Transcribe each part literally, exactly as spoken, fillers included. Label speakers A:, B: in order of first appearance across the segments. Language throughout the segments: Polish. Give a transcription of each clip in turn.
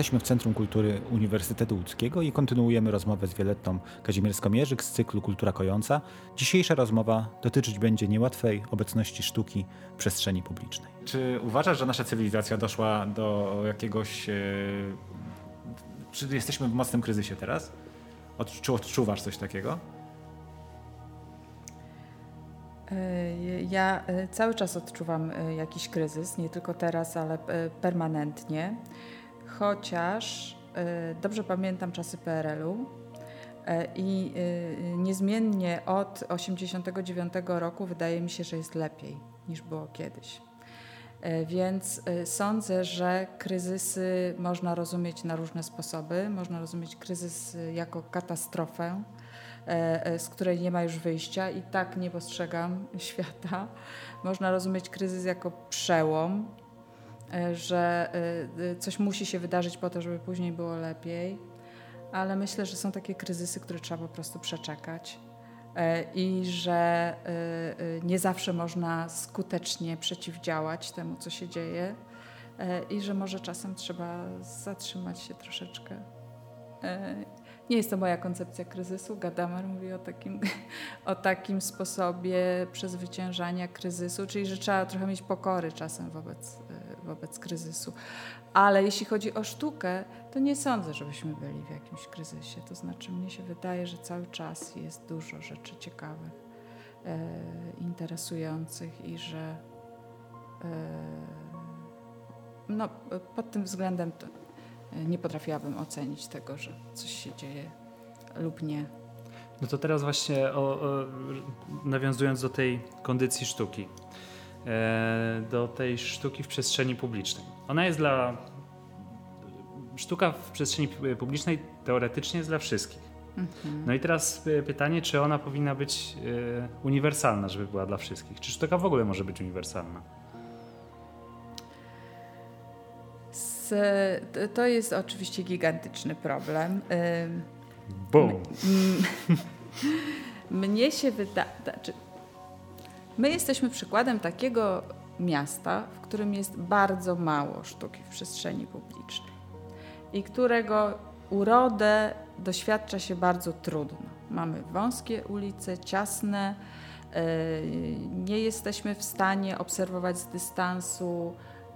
A: Jesteśmy w Centrum Kultury Uniwersytetu Łódzkiego i kontynuujemy rozmowę z Violettą Kazimierską-Mierzyk z cyklu Kultura Kojąca. Dzisiejsza rozmowa dotyczyć będzie niełatwej obecności sztuki w przestrzeni publicznej. Czy uważasz, że nasza cywilizacja doszła do jakiegoś... E... Czy jesteśmy w mocnym kryzysie teraz? Czy odczuwasz coś takiego?
B: Ja cały czas odczuwam jakiś kryzys, nie tylko teraz, ale permanentnie. Chociaż dobrze pamiętam czasy P R L u i niezmiennie od osiemdziesiątego dziewiątego roku wydaje mi się, że jest lepiej niż było kiedyś. Więc sądzę, że kryzysy można rozumieć na różne sposoby. Można rozumieć kryzys jako katastrofę, z której nie ma już wyjścia i tak nie postrzegam świata. Można rozumieć kryzys jako przełom, że coś musi się wydarzyć po to, żeby później było lepiej, ale myślę, że są takie kryzysy, które trzeba po prostu przeczekać i że nie zawsze można skutecznie przeciwdziałać temu, co się dzieje i że może czasem trzeba zatrzymać się troszeczkę. Nie jest to moja koncepcja kryzysu. Gadamer mówi o takim, o takim sposobie przezwyciężania kryzysu, czyli że trzeba trochę mieć pokory czasem wobec, wobec kryzysu. Ale jeśli chodzi o sztukę, to nie sądzę, żebyśmy byli w jakimś kryzysie. To znaczy mnie się wydaje, że cały czas jest dużo rzeczy ciekawych, e, interesujących i że e, no, pod tym względem to nie potrafiłabym ocenić tego, że coś się dzieje lub nie.
C: No to teraz właśnie o, o, nawiązując do tej kondycji sztuki, e, do tej sztuki w przestrzeni publicznej. Ona jest dla... Sztuka w przestrzeni publicznej teoretycznie jest dla wszystkich. Mhm. No i teraz pytanie, czy ona powinna być e, uniwersalna, żeby była dla wszystkich? Czy sztuka w ogóle może być uniwersalna?
B: To jest oczywiście gigantyczny problem.
C: Boom.
B: Mnie się wydaje... Znaczy, my jesteśmy przykładem takiego miasta, w którym jest bardzo mało sztuki w przestrzeni publicznej i którego urodę doświadcza się bardzo trudno. Mamy wąskie ulice, ciasne, nie jesteśmy w stanie obserwować z dystansu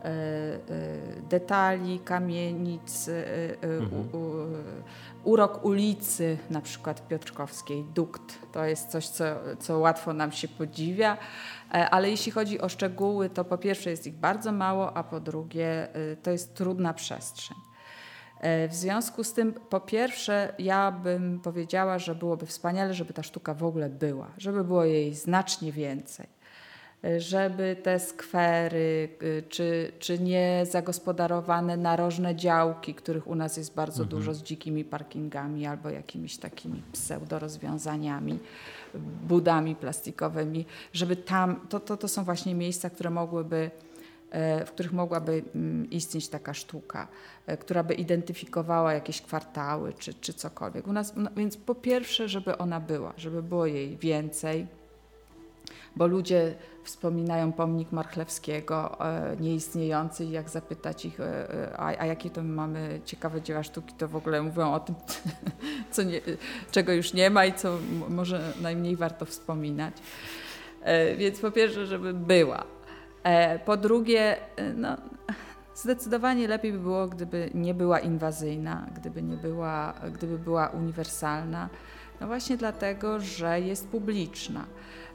B: detali, kamienic, mhm. u, u, urok ulicy, na przykład Piotrkowskiej, dukt. To jest coś, co, co łatwo nam się podziwia, ale jeśli chodzi o szczegóły, to po pierwsze jest ich bardzo mało, a po drugie to jest trudna przestrzeń. W związku z tym, po pierwsze, ja bym powiedziała, że byłoby wspaniale, żeby ta sztuka w ogóle była, żeby było jej znacznie więcej. Żeby te skwery, czy, czy nie zagospodarowane narożne działki, których u nas jest bardzo mhm. dużo z dzikimi parkingami albo jakimiś takimi pseudorozwiązaniami, budami plastikowymi, żeby tam, to, to, to są właśnie miejsca, które mogłyby, w których mogłaby istnieć taka sztuka, która by identyfikowała jakieś kwartały czy, czy cokolwiek. U nas, no, więc po pierwsze, żeby ona była, żeby było jej więcej, bo ludzie wspominają pomnik Marchlewskiego e, nieistniejący i jak zapytać ich, e, a, a jakie to my mamy ciekawe dzieła sztuki, to w ogóle mówią o tym, co nie, czego już nie ma i co m- może najmniej warto wspominać. E, więc po pierwsze, żeby była. E, po drugie, no, zdecydowanie lepiej by było, gdyby nie była inwazyjna, gdyby nie była, gdyby była uniwersalna. No właśnie dlatego, że jest publiczna.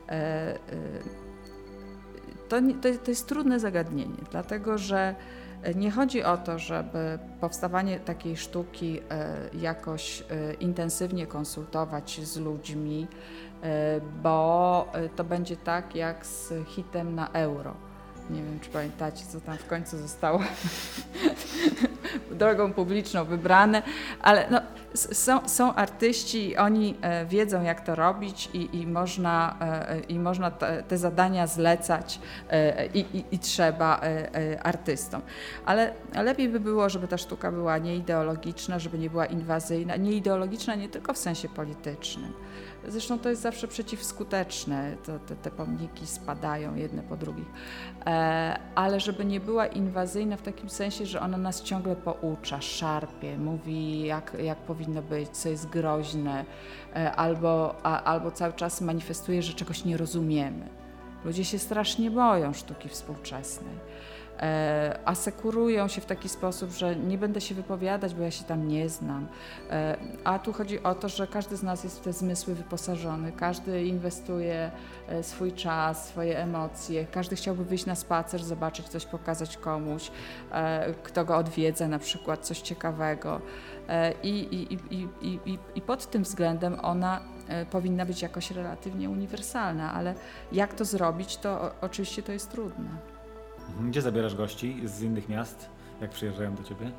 B: To, to jest trudne zagadnienie, dlatego że nie chodzi o to, żeby powstawanie takiej sztuki jakoś intensywnie konsultować z ludźmi, bo to będzie tak jak z hitem na euro. Nie wiem, czy pamiętacie, co tam w końcu zostało drogą publiczną wybrane, ale no, są, są artyści, oni wiedzą, jak to robić i, i można, i można te, te zadania zlecać i, i, i trzeba artystom. Ale lepiej by było, żeby ta sztuka była nieideologiczna, żeby nie była inwazyjna. Nieideologiczna nie tylko w sensie politycznym. Zresztą to jest zawsze przeciwskuteczne, to, te, te pomniki spadają jedne po drugich, e, ale żeby nie była inwazyjna w takim sensie, że ona nas ciągle poucza, szarpie, mówi jak, jak powinno być, co jest groźne, e, albo, a, albo cały czas manifestuje, że czegoś nie rozumiemy. Ludzie się strasznie boją sztuki współczesnej. E, asekurują się w taki sposób, że nie będę się wypowiadać, bo ja się tam nie znam. E, a tu chodzi o to, że każdy z nas jest w te zmysły wyposażony, każdy inwestuje e, swój czas, swoje emocje, każdy chciałby wyjść na spacer, zobaczyć coś, pokazać komuś, e, kto go odwiedza, na przykład coś ciekawego. E, i, i, i, i, i, I pod tym względem ona e, powinna być jakoś relatywnie uniwersalna, ale jak to zrobić, to o, oczywiście to jest trudne.
A: Gdzie zabierasz gości z innych miast, jak przyjeżdżają do ciebie?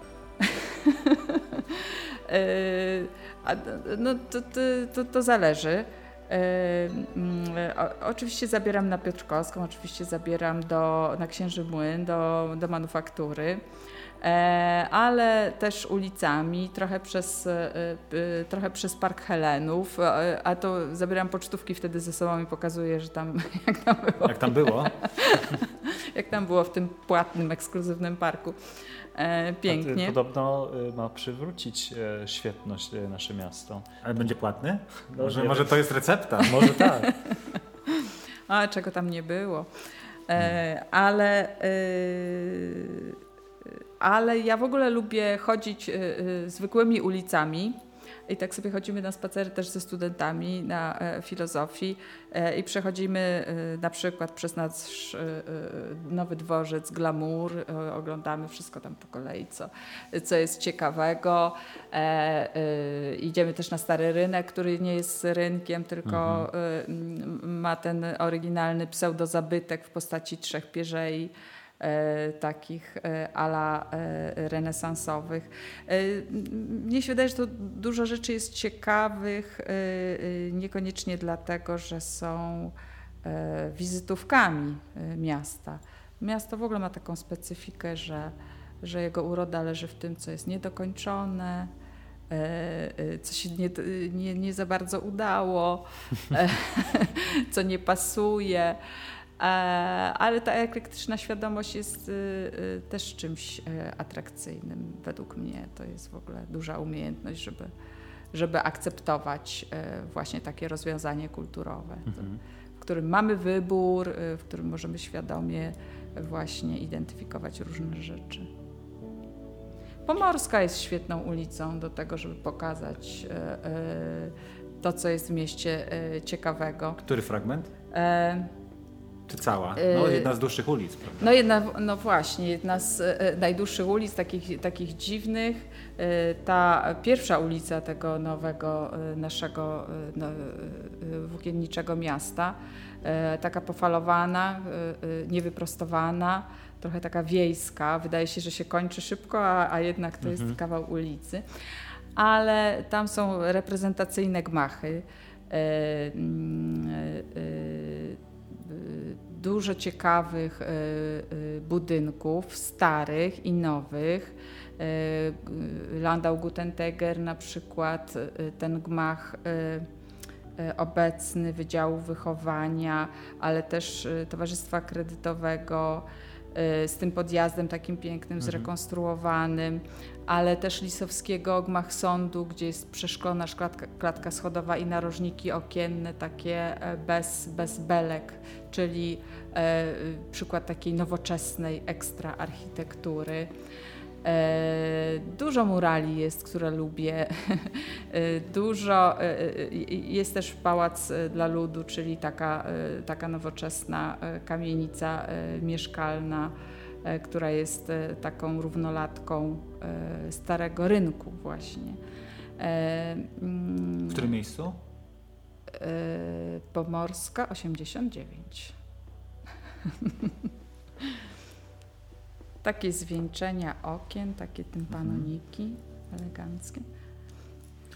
B: no to, to, to, to zależy. O, oczywiście zabieram na Piotrkowską, oczywiście zabieram do, na Księży Młyn, do, do manufaktury, ale też ulicami, trochę przez, trochę przez Park Helenów, a to zabieram pocztówki wtedy ze sobą i pokazuję, że tam jak tam było.
A: Jak tam było?
B: Jak tam było w tym płatnym, ekskluzywnym parku. E, pięknie.
C: Podobno ma przywrócić e, świetność e, nasze miasto.
A: Ale będzie płatny?
C: No,
A: może, może to jest recepta?
C: Może tak.
B: A czego tam nie było. E, ale, e, ale ja w ogóle lubię chodzić e, e, zwykłymi ulicami. I tak sobie chodzimy na spacery też ze studentami na e, filozofii e, i przechodzimy e, na przykład przez nasz e, nowy dworzec, glamour, e, oglądamy wszystko tam po kolei, co, co jest ciekawego. E, e, idziemy też na Stary Rynek, który nie jest rynkiem, tylko mhm. e, ma ten oryginalny pseudozabytek w postaci trzech pierzei. E, takich e, ala e, renesansowych. E, mnie się wydaje, że to dużo rzeczy jest ciekawych, e, e, niekoniecznie dlatego, że są e, wizytówkami e, miasta. Miasto w ogóle ma taką specyfikę, że, że jego uroda leży w tym, co jest niedokończone, e, co się nie, nie, nie za bardzo udało, e, co nie pasuje. Ale ta eklektyczna świadomość jest też czymś atrakcyjnym według mnie. To jest w ogóle duża umiejętność, żeby, żeby akceptować właśnie takie rozwiązanie kulturowe, mhm. w którym mamy wybór, w którym możemy świadomie właśnie identyfikować różne rzeczy. Pomorska jest świetną ulicą do tego, żeby pokazać to, co jest w mieście ciekawego.
A: Który fragment?
B: E,
A: Czy cała? No jedna z dłuższych ulic, prawda?
B: No, jedna, no właśnie, jedna z e, najdłuższych ulic, takich, takich dziwnych. E, ta pierwsza ulica tego nowego e, naszego e, no, e, włókienniczego miasta, e, taka pofalowana, e, e, niewyprostowana, trochę taka wiejska. Wydaje się, że się kończy szybko, a, a jednak to mhm. jest kawał ulicy. Ale tam są reprezentacyjne gmachy. E, e, e, dużo ciekawych budynków, starych i nowych. Landau Gutenteger na przykład, ten gmach obecny Wydziału Wychowania, ale też Towarzystwa Kredytowego z tym podjazdem takim pięknym, mhm. zrekonstruowanym, ale też Lisowskiego gmach sądu, gdzie jest przeszklona klatka, klatka schodowa i narożniki okienne takie bez, bez belek, czyli e, przykład takiej nowoczesnej ekstra architektury. E, dużo murali jest, które lubię. e, dużo e, jest też Pałac dla Ludu, czyli taka, e, taka nowoczesna kamienica e, mieszkalna, e, która jest e, taką równolatką e, Starego Rynku właśnie. E,
A: mm, w którym miejscu?
B: E, Pomorska osiemdziesiąt dziewięć. Takie zwieńczenia okien, takie tympanoniki mhm. eleganckie.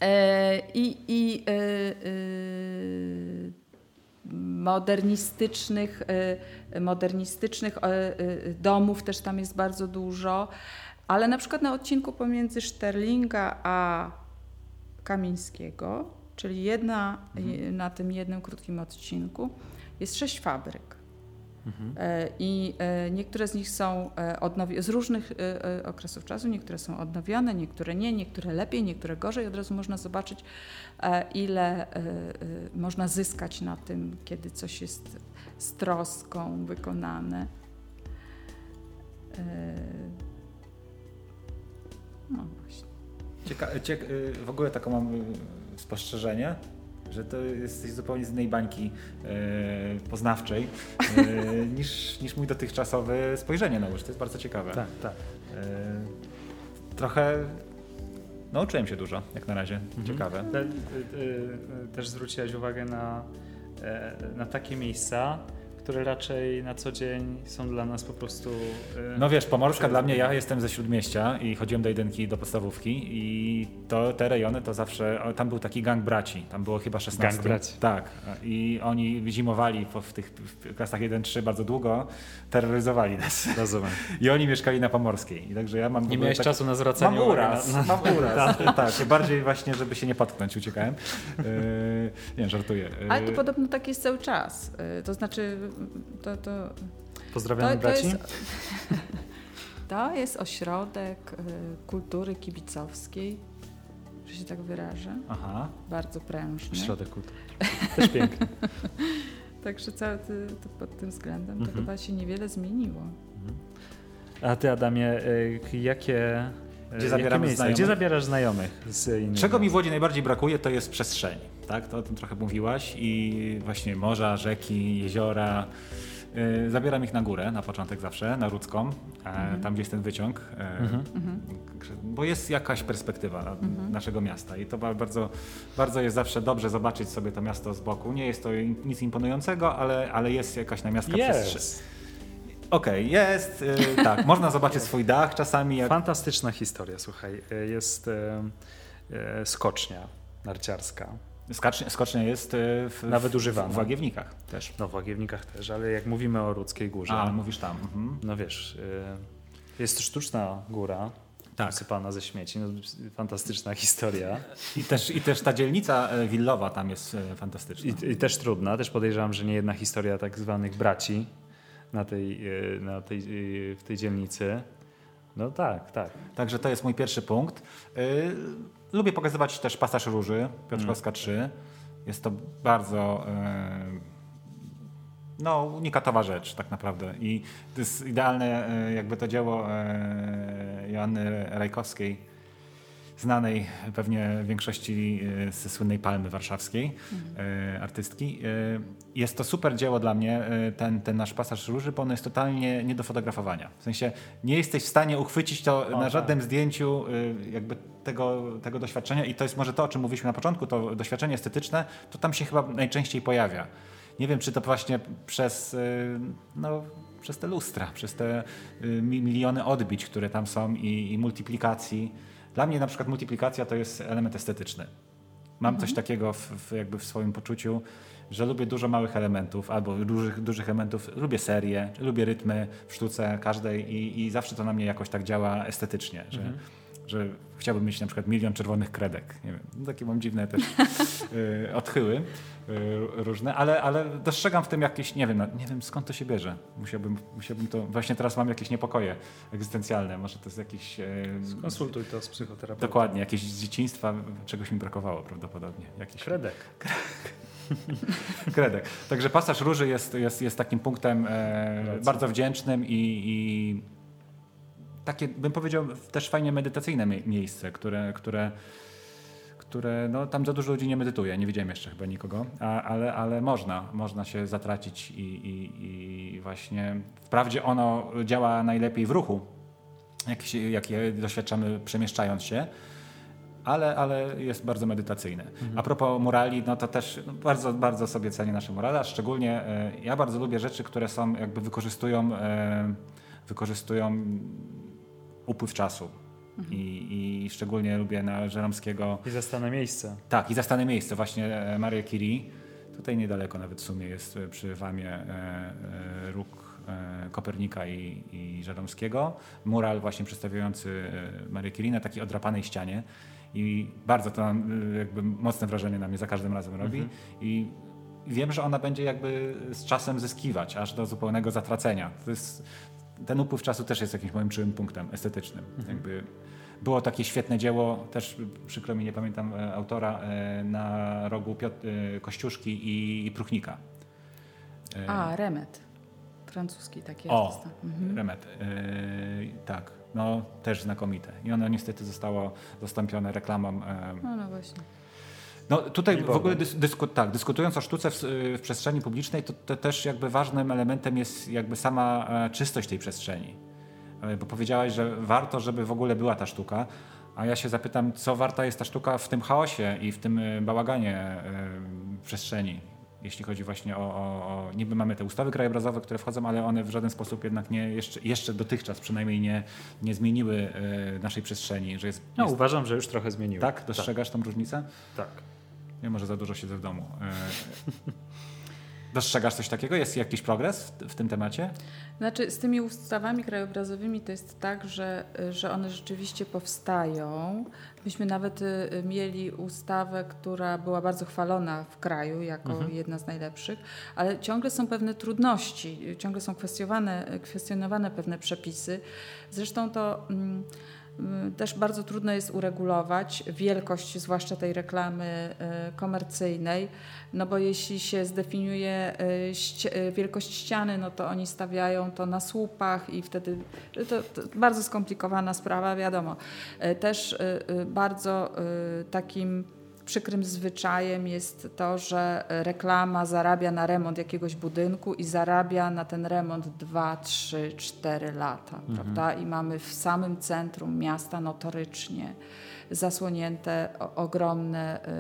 B: I, i y, y, modernistycznych, y, modernistycznych y, y, domów też tam jest bardzo dużo, ale na przykład na odcinku pomiędzy Szterlinga a Kamińskiego, czyli jedna, mhm. na tym jednym krótkim odcinku jest sześć fabryk. Mhm. I niektóre z nich są odnowione z różnych okresów czasu, niektóre są odnowione, niektóre nie, niektóre lepiej, niektóre gorzej. Od razu można zobaczyć, ile można zyskać na tym, kiedy coś jest z troską wykonane. No właśnie.
A: Cieka- ciek- w ogóle taką mam spostrzeżenie, że to jest zupełnie z innej bańki e, poznawczej e, niż, niż mój dotychczasowe spojrzenie na łódź. To jest bardzo ciekawe.
C: Tak, tak.
A: E, trochę nauczyłem się dużo, jak na razie. Mhm. Ciekawe.
C: Te, e, e, też zwróciłaś uwagę na, e, na takie miejsca, które raczej na co dzień są dla nas po prostu... Yy,
A: no wiesz, Pomorska dla mnie, ja jestem ze Śródmieścia i chodziłem do jedynki, do podstawówki i to te rejony to zawsze, tam był taki gang braci, tam było chyba szesnastu.
C: Gang braci.
A: Tak, i oni zimowali w, w tych w klasach jeden trzy bardzo długo, terroryzowali nas.
C: Rozumiem.
A: I oni mieszkali na Pomorskiej. I także ja mam...
C: Nie miałeś
A: tak,
C: czasu na zwracanie
A: mam uraz,
C: uwagi. Na,
A: mam uraz, tak, bardziej właśnie, żeby się nie potknąć, uciekałem. Yy, nie, żartuję. Yy.
B: Ale to podobno tak jest cały czas, yy, to znaczy to, to
C: Pozdrawiamy
B: to, to
C: braci.
B: Jest, to jest ośrodek y, kultury kibicowskiej, że się tak wyrażę.
A: Aha.
B: Bardzo prężny.
C: Ośrodek kultury. Też piękny.
B: Także cały ty, to pod tym względem to mm-hmm. chyba się niewiele zmieniło.
C: A ty, Adamie, y, jakie,
A: Gdzie, zabieramy
C: jakie
A: znajomych?
C: Gdzie zabierasz znajomych z innych
A: Czego
C: miast?
A: mi w Łodzi najbardziej brakuje, to jest przestrzeni. Tak? To o tym trochę mówiłaś i właśnie morza, rzeki, jeziora. Yy, zabieram ich na górę na początek zawsze, na Rudzką, mm-hmm. tam gdzie jest ten wyciąg, yy, mm-hmm. bo jest jakaś perspektywa mm-hmm. naszego miasta i to bardzo, bardzo jest zawsze dobrze zobaczyć sobie to miasto z boku. Nie jest to nic imponującego, ale, ale jest jakaś namiastka przestrzeni. Okej, okay, jest, yy, tak, można zobaczyć swój dach czasami. Jak...
C: Fantastyczna historia, słuchaj, jest yy, yy, skocznia narciarska.
A: Skocznia, skocznia jest w,
C: nawet
A: w,
C: używana.
A: W Łagiewnikach też.
C: No w Łagiewnikach też, ale jak mówimy o Rudzkiej Górze.
A: A, mówisz tam. Mhm.
C: No wiesz, y, jest sztuczna góra, tak. Usypana ze śmieci. No, fantastyczna historia.
A: I też, I też ta dzielnica willowa tam jest fantastyczna.
C: I, I też trudna. Też podejrzewam, że nie jedna historia tak zwanych braci na tej, na tej, w tej dzielnicy. No tak, tak.
A: Także to jest mój pierwszy punkt. Yy, lubię pokazywać też Pasaż Róży, Piotrkowska trzy. Jest to bardzo yy, no, unikatowa rzecz tak naprawdę. I to jest idealne yy, jakby to dzieło yy, Joanny Rajkowskiej, znanej pewnie większości yy, ze słynnej Palmy Warszawskiej, yy, artystki. Yy, jest to super dzieło dla mnie, yy, ten, ten nasz Pasaż Róży, bo on jest totalnie nie do fotografowania. W sensie nie jesteś w stanie uchwycić to o, na żadnym tak. zdjęciu yy, jakby tego, tego doświadczenia i to jest może to, o czym mówiliśmy na początku, to doświadczenie estetyczne, to tam się chyba najczęściej pojawia. Nie wiem, czy to właśnie przez, yy, no, przez te lustra, przez te yy, miliony odbić, które tam są i, i multiplikacji. Dla mnie na przykład multiplikacja to jest element estetyczny. Mam mhm. coś takiego w, w, jakby w swoim poczuciu, że lubię dużo małych elementów albo dużych, dużych elementów. Lubię serię, lubię rytmy w sztuce każdej i, i zawsze to na mnie jakoś tak działa estetycznie, że, mhm. że chciałbym mieć na przykład milion czerwonych kredek. Nie wiem, no takie mam dziwne też y, odchyły y, różne, ale, ale dostrzegam w tym jakieś, nie wiem, no, nie wiem skąd to się bierze. Musiałbym, musiałbym to, właśnie teraz mam jakieś niepokoje egzystencjalne, może to jest jakiś... Y,
C: Skonsultuj to z psychoterapeutą.
A: Dokładnie, jakieś z dzieciństwa, czegoś mi brakowało prawdopodobnie. Jakiś...
C: Kredek.
A: Kredek. Także Pasaż Róży jest, jest, jest takim punktem e, bardzo wdzięcznym i, i takie, bym powiedział, też fajnie medytacyjne mie- miejsce, które, które, które no, tam za dużo ludzi nie medytuje. Nie widziałem jeszcze chyba nikogo, a, ale, ale można, można się zatracić i, i, i właśnie wprawdzie ono działa najlepiej w ruchu, jak, się, jak je doświadczamy przemieszczając się, ale, ale jest bardzo medytacyjne. Mhm. A propos murali, no to też no, bardzo, bardzo sobie cenię nasze murale, a szczególnie e, ja bardzo lubię rzeczy, które są, jakby wykorzystują, e, wykorzystują upływ czasu. Mhm. I, I szczególnie lubię na Żeromskiego.
C: I zastane miejsce.
A: Tak, i zastane miejsce. Właśnie Maria Curie. Tutaj niedaleko nawet w sumie jest przy Wamie e, e, róg e, Kopernika i, i Żeromskiego. Mural właśnie przedstawiający Marię Curie na takiej odrapanej ścianie. I bardzo to jakby mocne wrażenie na mnie za każdym razem robi. Mhm. I wiem, że ona będzie jakby z czasem zyskiwać, aż do zupełnego zatracenia. To jest, ten upływ czasu też jest jakimś moim czułym punktem estetycznym. Mhm. Jakby było takie świetne dzieło, też przykro mi, nie pamiętam e, autora, e, na rogu Piotr, e, Kościuszki i, i Pruchnika.
B: E, A, Remet. Francuski taki
A: o,
B: artysta. Mhm.
A: Remet. E, tak, no też znakomite. I ono niestety zostało zastąpione reklamą. E,
B: no, no właśnie.
A: No tutaj w ogóle dys, dysku, tak, dyskutując o sztuce w, w przestrzeni publicznej, to, to też jakby ważnym elementem jest jakby sama e, czystość tej przestrzeni. E, bo powiedziałaś, że warto, żeby w ogóle była ta sztuka, a ja się zapytam, co warta jest ta sztuka w tym chaosie i w tym bałaganie e, przestrzeni, jeśli chodzi właśnie o, o, o... Niby mamy te ustawy krajobrazowe, które wchodzą, ale one w żaden sposób jednak nie, jeszcze, jeszcze dotychczas przynajmniej nie, nie zmieniły e, naszej przestrzeni. Że jest,
C: no
A: jest...
C: uważam, że już trochę zmieniły.
A: Tak? Dostrzegasz tak. tą różnicę?
C: Tak.
A: Ja może za dużo siedzę w domu. Dostrzegasz coś takiego? Jest jakiś progres w, w tym temacie?
B: Znaczy z tymi ustawami krajobrazowymi to jest tak, że, że one rzeczywiście powstają. Myśmy nawet mieli ustawę, która była bardzo chwalona w kraju jako mhm. jedna z najlepszych, ale ciągle są pewne trudności, ciągle są kwestionowane, kwestionowane pewne przepisy. Zresztą to... Mm, też bardzo trudno jest uregulować wielkość, zwłaszcza tej reklamy komercyjnej, no bo jeśli się zdefiniuje wielkość ściany, no to oni stawiają to na słupach i wtedy to, to bardzo skomplikowana sprawa, wiadomo. Też bardzo takim przykrym zwyczajem jest to, że reklama zarabia na remont jakiegoś budynku i zarabia na ten remont dwa, trzy, cztery lata, mhm. prawda? I mamy w samym centrum miasta notorycznie zasłonięte o, ogromne y, y,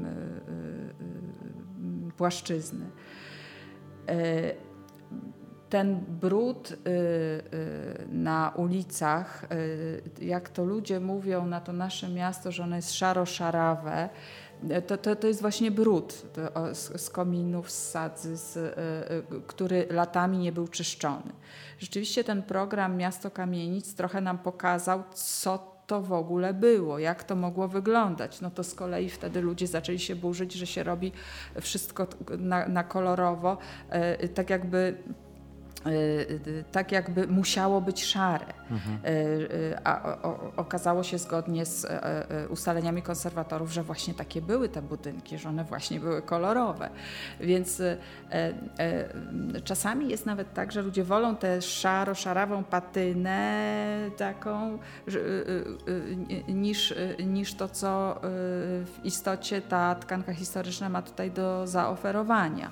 B: y, y, płaszczyzny. Y, Ten brud y, y, na ulicach, y, jak to ludzie mówią na to nasze miasto, że ono jest szaro-szarawe, to, to, to jest właśnie brud to, o, z, z kominów, z sadzy, z, y, y, który latami nie był czyszczony. Rzeczywiście ten program Miasto Kamienic trochę nam pokazał, co to w ogóle było, jak to mogło wyglądać. No to z kolei wtedy ludzie zaczęli się burzyć, że się robi wszystko na, na kolorowo, y, tak jakby... tak jakby musiało być szare. Mhm. A okazało się zgodnie z ustaleniami konserwatorów, że właśnie takie były te budynki, że one właśnie były kolorowe. Więc czasami jest nawet tak, że ludzie wolą tę szaro-szarawą patynę taką niż, niż to, co w istocie ta tkanka historyczna ma tutaj do zaoferowania.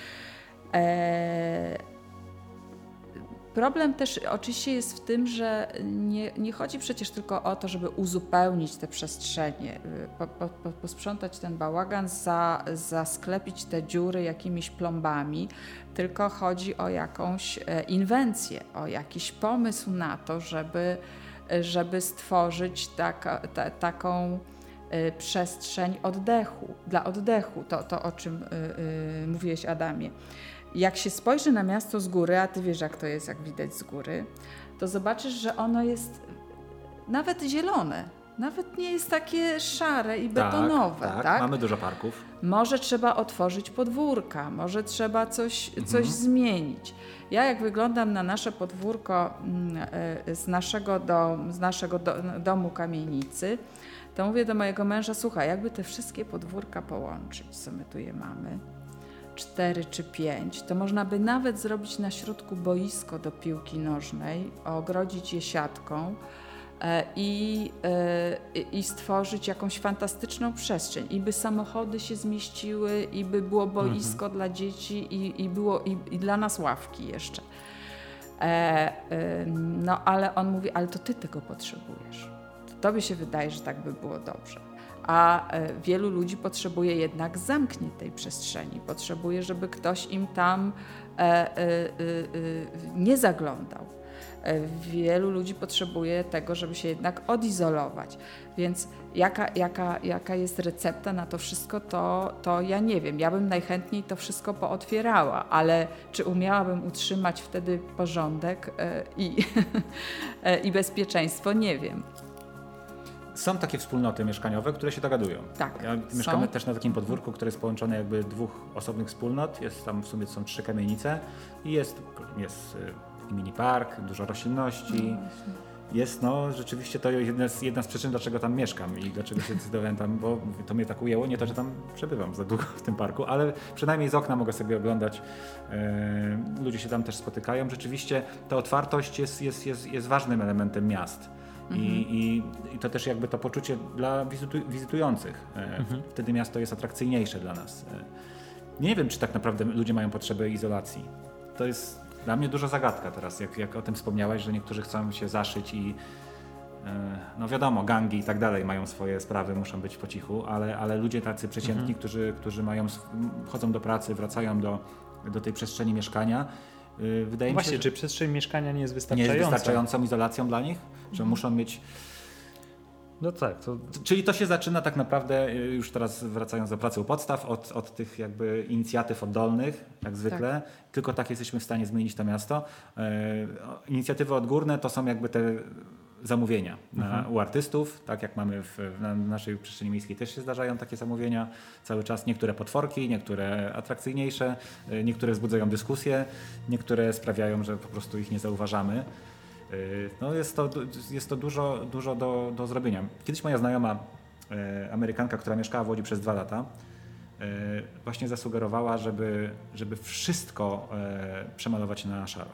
B: Problem też oczywiście jest w tym, że nie, nie chodzi przecież tylko o to, żeby uzupełnić te przestrzenie, po, po, posprzątać ten bałagan, za, zasklepić te dziury jakimiś plombami, tylko chodzi o jakąś inwencję, o jakiś pomysł na to, żeby, żeby stworzyć taka, ta, taką przestrzeń oddechu, dla oddechu, to, to o czym yy, mówiłeś, Adamie. Jak się spojrzy na miasto z góry, a ty wiesz, jak to jest, jak widać z góry, to zobaczysz, że ono jest nawet zielone. Nawet nie jest takie szare i betonowe.
A: Tak, tak,
B: tak?
A: Mamy dużo parków.
B: Może trzeba otworzyć podwórka, może trzeba coś, mhm. coś zmienić. Ja jak wyglądam na nasze podwórko z naszego, dom, z naszego do, domu kamienicy, to mówię do mojego męża, słuchaj, jakby te wszystkie podwórka połączyć, co my tu je mamy, cztery czy pięć, to można by nawet zrobić na środku boisko do piłki nożnej, ogrodzić je siatką e, i, e, i stworzyć jakąś fantastyczną przestrzeń. I by samochody się zmieściły, i by było boisko mhm. dla dzieci, i, i było i, i dla nas ławki jeszcze. E, e, no ale on mówi, ale to ty tego potrzebujesz. To tobie się wydaje, że tak by było dobrze. A wielu ludzi potrzebuje jednak zamkniętej przestrzeni. Potrzebuje, żeby ktoś im tam e, e, e, nie zaglądał. Wielu ludzi potrzebuje tego, żeby się jednak odizolować. Więc jaka, jaka, jaka jest recepta na to wszystko, to, to ja nie wiem. Ja bym najchętniej to wszystko pootwierała, ale czy umiałabym utrzymać wtedy porządek i, i bezpieczeństwo, nie wiem.
A: Są takie wspólnoty mieszkaniowe, które się dogadują.
B: Tak,
A: ja mieszkamy też na takim podwórku, które jest połączone jakby dwóch osobnych wspólnot. Jest tam w sumie są trzy kamienice i jest, jest taki mini park, dużo roślinności. No jest no rzeczywiście to jedna z, jedna z przyczyn, dlaczego tam mieszkam i dlaczego się zdecydowałem tam, bo to mnie tak ujęło, nie to, że tam przebywam za długo w tym parku, ale przynajmniej z okna mogę sobie oglądać. Yy, ludzie się tam też spotykają. Rzeczywiście ta otwartość jest, jest, jest, jest ważnym elementem miast. I, mhm. i, I to też jakby to poczucie dla wizytu, wizytujących. Mhm. Wtedy miasto jest atrakcyjniejsze dla nas. Nie wiem, czy tak naprawdę ludzie mają potrzebę izolacji. To jest dla mnie duża zagadka teraz, jak, jak o tym wspomniałeś, że niektórzy chcą się zaszyć i no wiadomo, gangi i tak dalej mają swoje sprawy, muszą być po cichu, ale, ale ludzie tacy przeciętni, mhm. którzy, którzy mają, chodzą do pracy, wracają do, do tej przestrzeni mieszkania. Wydaje
C: no
A: mi się,
C: właśnie,
A: że
C: czy przestrzeń mieszkania nie jest wystarczająca?
A: Nie jest wystarczającą izolacją dla nich? Że mhm. muszą mieć...
C: No tak. To...
A: Czyli to się zaczyna tak naprawdę, już teraz wracając do pracy u podstaw, od, od tych jakby inicjatyw oddolnych, jak zwykle. Tak. Tylko tak jesteśmy w stanie zmienić to miasto. E, inicjatywy odgórne to są jakby te zamówienia na, mhm. u artystów, tak jak mamy w, na naszej przestrzeni miejskiej też się zdarzają takie zamówienia cały czas. Niektóre potworki, niektóre atrakcyjniejsze, niektóre wzbudzają dyskusje, niektóre sprawiają, że po prostu ich nie zauważamy. No jest to, jest to dużo, dużo do, do zrobienia. Kiedyś moja znajoma e, Amerykanka, która mieszkała w Łodzi przez dwa lata, e, właśnie zasugerowała, żeby, żeby wszystko e, przemalować na szaro.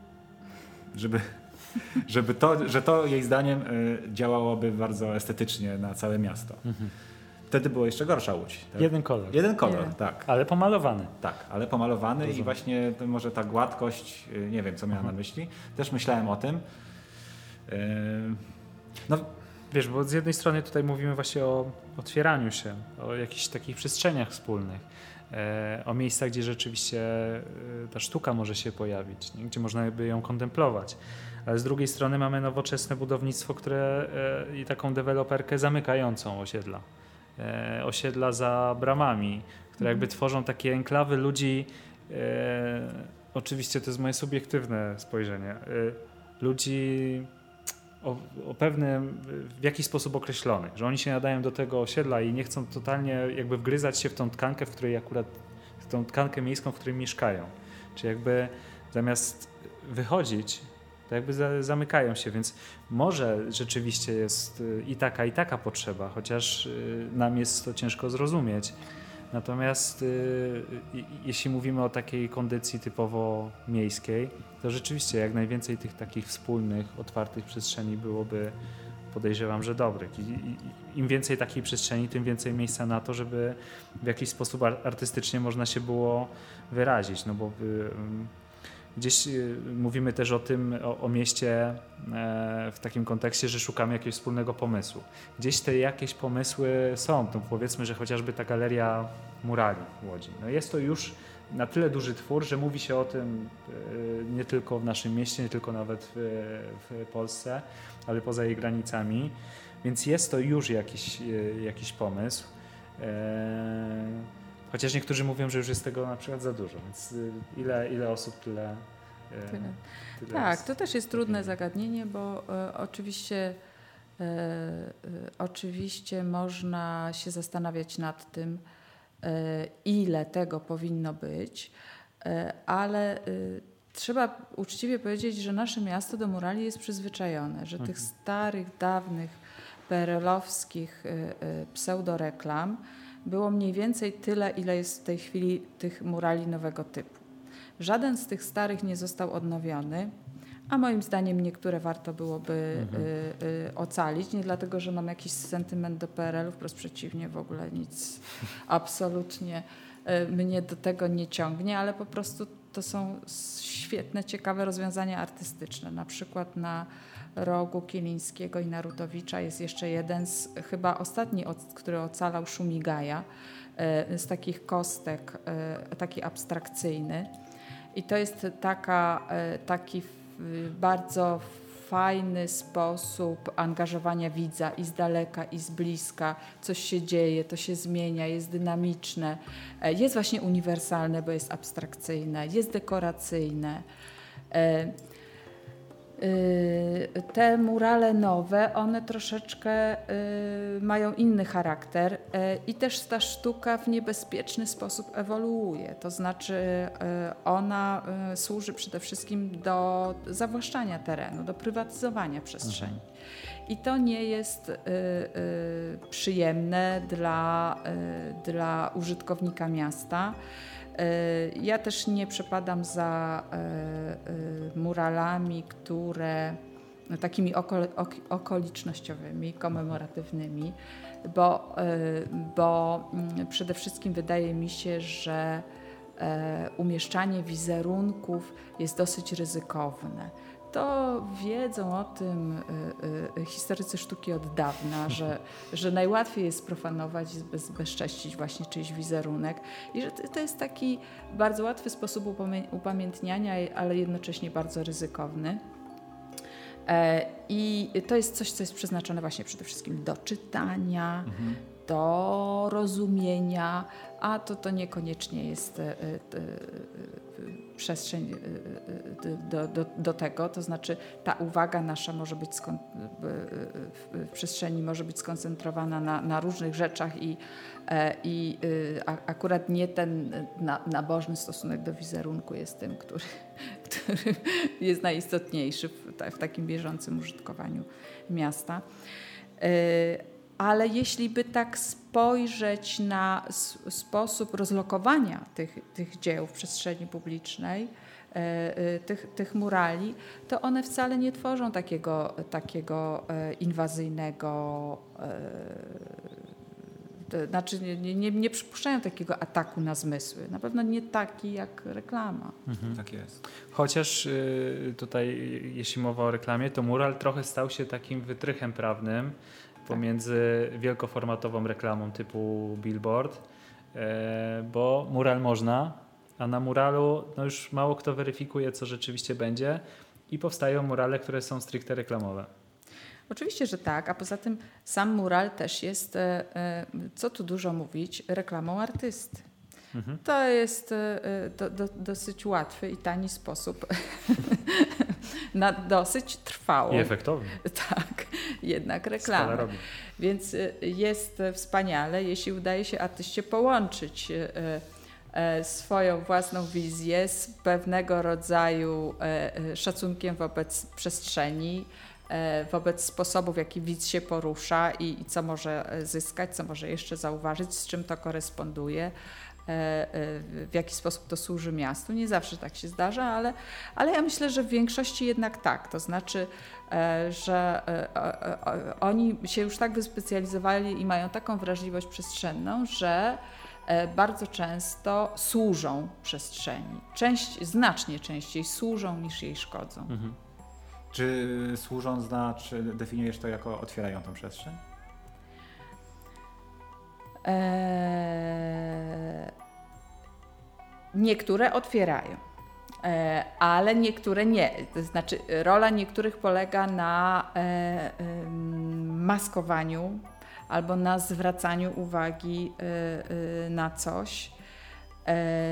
A: Żeby, żeby to, że to jej zdaniem e, działałoby bardzo estetycznie na całe miasto. Mhm. Wtedy była jeszcze gorsza Łódź. Tak?
C: Jeden kolor.
A: Jeden kolor,
B: Nie.
A: tak.
C: Ale pomalowany.
A: Tak, ale pomalowany
C: Dużo.
A: I właśnie może ta gładkość, nie wiem co miała mhm. na myśli, też myślałem o tym. Yy, no.
C: Wiesz, bo z jednej strony tutaj mówimy właśnie o otwieraniu się, o jakichś takich przestrzeniach wspólnych, e, o miejscach, gdzie rzeczywiście e, ta sztuka może się pojawić, nie? Gdzie można by ją kontemplować. Ale z drugiej strony mamy nowoczesne budownictwo, które e, i taką deweloperkę zamykającą osiedla. E, osiedla za bramami, które jakby tworzą takie enklawy ludzi, e, oczywiście to jest moje subiektywne spojrzenie, e, ludzi o, o pewnym, w jakiś sposób określonych, że oni się nadają do tego osiedla i nie chcą totalnie jakby wgryzać się w tą tkankę, w której akurat, w tą tkankę miejską, w której mieszkają. Czy jakby zamiast wychodzić, to jakby za, zamykają się, więc może rzeczywiście jest i taka, i taka potrzeba, chociaż nam jest to ciężko zrozumieć. Natomiast y, jeśli mówimy o takiej kondycji typowo miejskiej, to rzeczywiście jak najwięcej tych takich wspólnych, otwartych przestrzeni byłoby, podejrzewam, że dobrych. I, i, im więcej takiej przestrzeni, tym więcej miejsca na to, żeby w jakiś sposób artystycznie można się było wyrazić. No bo y, gdzieś mówimy też o tym, o, o mieście w takim kontekście, że szukamy jakiegoś wspólnego pomysłu. Gdzieś te jakieś pomysły są. To powiedzmy, że chociażby ta galeria murali w Łodzi. No jest to już na tyle duży twór, że mówi się o tym nie tylko w naszym mieście, nie tylko nawet w, w Polsce, ale poza jej granicami. Więc jest to już jakiś, jakiś pomysł. Chociaż niektórzy mówią, że już jest tego na przykład za dużo, więc ile, ile osób, tyle,
B: tyle. tyle tak, jest. To też jest trudne zagadnienie, bo e, oczywiście, e, e, oczywiście można się zastanawiać nad tym, e, ile tego powinno być, e, ale e, trzeba uczciwie powiedzieć, że nasze miasto do murali jest przyzwyczajone, że mhm. tych starych, dawnych, perelowskich e, e, pseudoreklam było mniej więcej tyle, ile jest w tej chwili tych murali nowego typu. Żaden z tych starych nie został odnowiony, a moim zdaniem niektóre warto byłoby mhm. y, y, ocalić. Nie dlatego, że mam jakiś sentyment do P R L u, wprost przeciwnie, w ogóle nic absolutnie y, mnie do tego nie ciągnie, ale po prostu to są świetne, ciekawe rozwiązania artystyczne. Na przykład na rogu Kilińskiego i Narutowicza jest jeszcze jeden z, chyba ostatni, który ocalał, Szumigaja, z takich kostek, taki abstrakcyjny. I to jest taka, taki bardzo fajny sposób angażowania widza i z daleka, i z bliska. Coś się dzieje, to się zmienia, jest dynamiczne, jest właśnie uniwersalne, bo jest abstrakcyjne, jest dekoracyjne. Te murale nowe, one troszeczkę mają inny charakter i też ta sztuka w niebezpieczny sposób ewoluuje. To znaczy ona służy przede wszystkim do zawłaszczania terenu, do prywatyzowania przestrzeni. Mhm. I to nie jest przyjemne dla, dla użytkownika miasta. Ja też nie przepadam za muralami, które takimi okolicznościowymi, komemoratywnymi, bo, bo przede wszystkim wydaje mi się, że umieszczanie wizerunków jest dosyć ryzykowne. To wiedzą o tym y, y, historycy sztuki od dawna, że, że najłatwiej jest sprofanować i bez, bezcześcić właśnie czyjś wizerunek i że to jest taki bardzo łatwy sposób upamiętniania, ale jednocześnie bardzo ryzykowny. E, I to jest coś, co jest przeznaczone właśnie przede wszystkim do czytania, mhm. do rozumienia, a to, to niekoniecznie jest y, y, y, przestrzeń do, do, do tego, to znaczy ta uwaga nasza może być skon- w przestrzeni może być skoncentrowana na, na różnych rzeczach i, i a, akurat nie ten na, nabożny stosunek do wizerunku jest tym, który, który jest najistotniejszy w, w takim bieżącym użytkowaniu miasta. Ale jeśli by tak spojrzeć na s- sposób rozlokowania tych, tych dzieł w przestrzeni publicznej, e, tych, tych murali, to one wcale nie tworzą takiego, takiego e, inwazyjnego, e, znaczy nie, nie, nie przypuszczają takiego ataku na zmysły. Na pewno nie taki jak reklama.
A: Mhm. Tak jest.
C: Chociaż y, tutaj, jeśli mowa o reklamie, to mural trochę stał się takim wytrychem prawnym pomiędzy wielkoformatową reklamą typu billboard, e, bo mural można, a na muralu no już mało kto weryfikuje, co rzeczywiście będzie i powstają murale, które są stricte reklamowe.
B: Oczywiście, że tak, a poza tym sam mural też jest, e, co tu dużo mówić, reklamą artysty. Mhm. To jest e, do, do, dosyć łatwy i tani sposób na dosyć trwałą.
C: I efektowny.
B: Tak, jednak reklamę. Więc jest wspaniale, jeśli udaje się artyście połączyć swoją własną wizję z pewnego rodzaju szacunkiem wobec przestrzeni, wobec sposobu, w jaki widz się porusza i, i co może zyskać, co może jeszcze zauważyć, z czym to koresponduje, w jaki sposób to służy miastu. Nie zawsze tak się zdarza, ale, ale ja myślę, że w większości jednak tak. To znaczy, że oni się już tak wyspecjalizowali i mają taką wrażliwość przestrzenną, że bardzo często służą przestrzeni. Część, znacznie częściej służą niż jej szkodzą. Mhm.
A: Czy służą znaczy, definiujesz to jako otwierają tą przestrzeń?
B: Eee, niektóre otwierają, eee, ale niektóre nie. To znaczy rola niektórych polega na e, e, maskowaniu albo na zwracaniu uwagi e, e, na coś. E,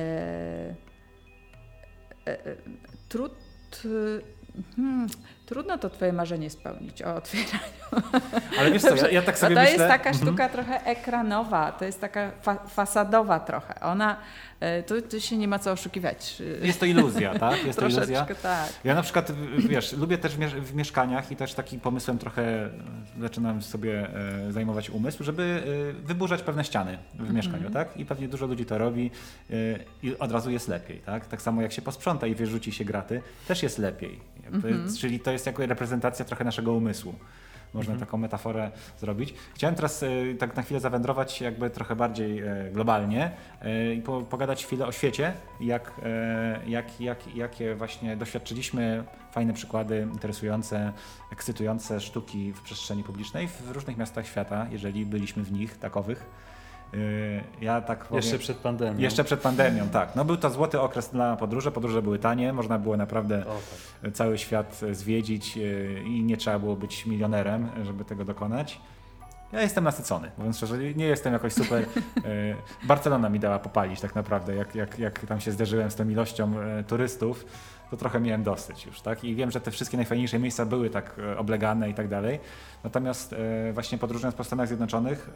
B: e, trud, Hmm, trudno to twoje marzenie spełnić o otwieraniu.
A: Ale wiesz co, ja, ja tak sobie
B: to
A: myślę...
B: To jest taka sztuka mm-hmm. trochę ekranowa, to jest taka fa- fasadowa trochę. Ona, tu, tu się nie ma co oszukiwać.
A: Jest to iluzja, tak? Jest to iluzja.
B: tak.
A: Ja na przykład, wiesz, lubię też w mieszkaniach i też takim pomysłem trochę zaczynam sobie zajmować umysł, żeby wyburzać pewne ściany w mieszkaniu, mm-hmm. tak? I pewnie dużo ludzi to robi i od razu jest lepiej, tak? Tak samo jak się posprząta i wyrzuci się graty, też jest lepiej. Jakby, mm-hmm. Czyli to jest jako reprezentacja trochę naszego umysłu. Można mm-hmm. taką metaforę zrobić. Chciałem teraz y, tak na chwilę zawędrować jakby trochę bardziej y, globalnie y, i po, pogadać chwilę o świecie, jak, y, jak, jak, jakie właśnie doświadczyliśmy fajne przykłady, interesujące, ekscytujące sztuki w przestrzeni publicznej w różnych miastach świata, jeżeli byliśmy w nich takowych. Ja tak powiem,
C: jeszcze przed pandemią.
A: Jeszcze przed pandemią, tak. No był to złoty okres dla podróży. Podróże były tanie, można było naprawdę
C: o, tak.
A: cały świat zwiedzić i nie trzeba było być milionerem, żeby tego dokonać. Ja jestem nasycony, mówiąc szczerze, nie jestem jakoś super. Barcelona mi dała popalić tak naprawdę, jak, jak, jak tam się zderzyłem z tą ilością turystów, to trochę miałem dosyć już, tak? I wiem, że te wszystkie najfajniejsze miejsca były tak oblegane i tak dalej. Natomiast właśnie podróżując po Stanach Zjednoczonych,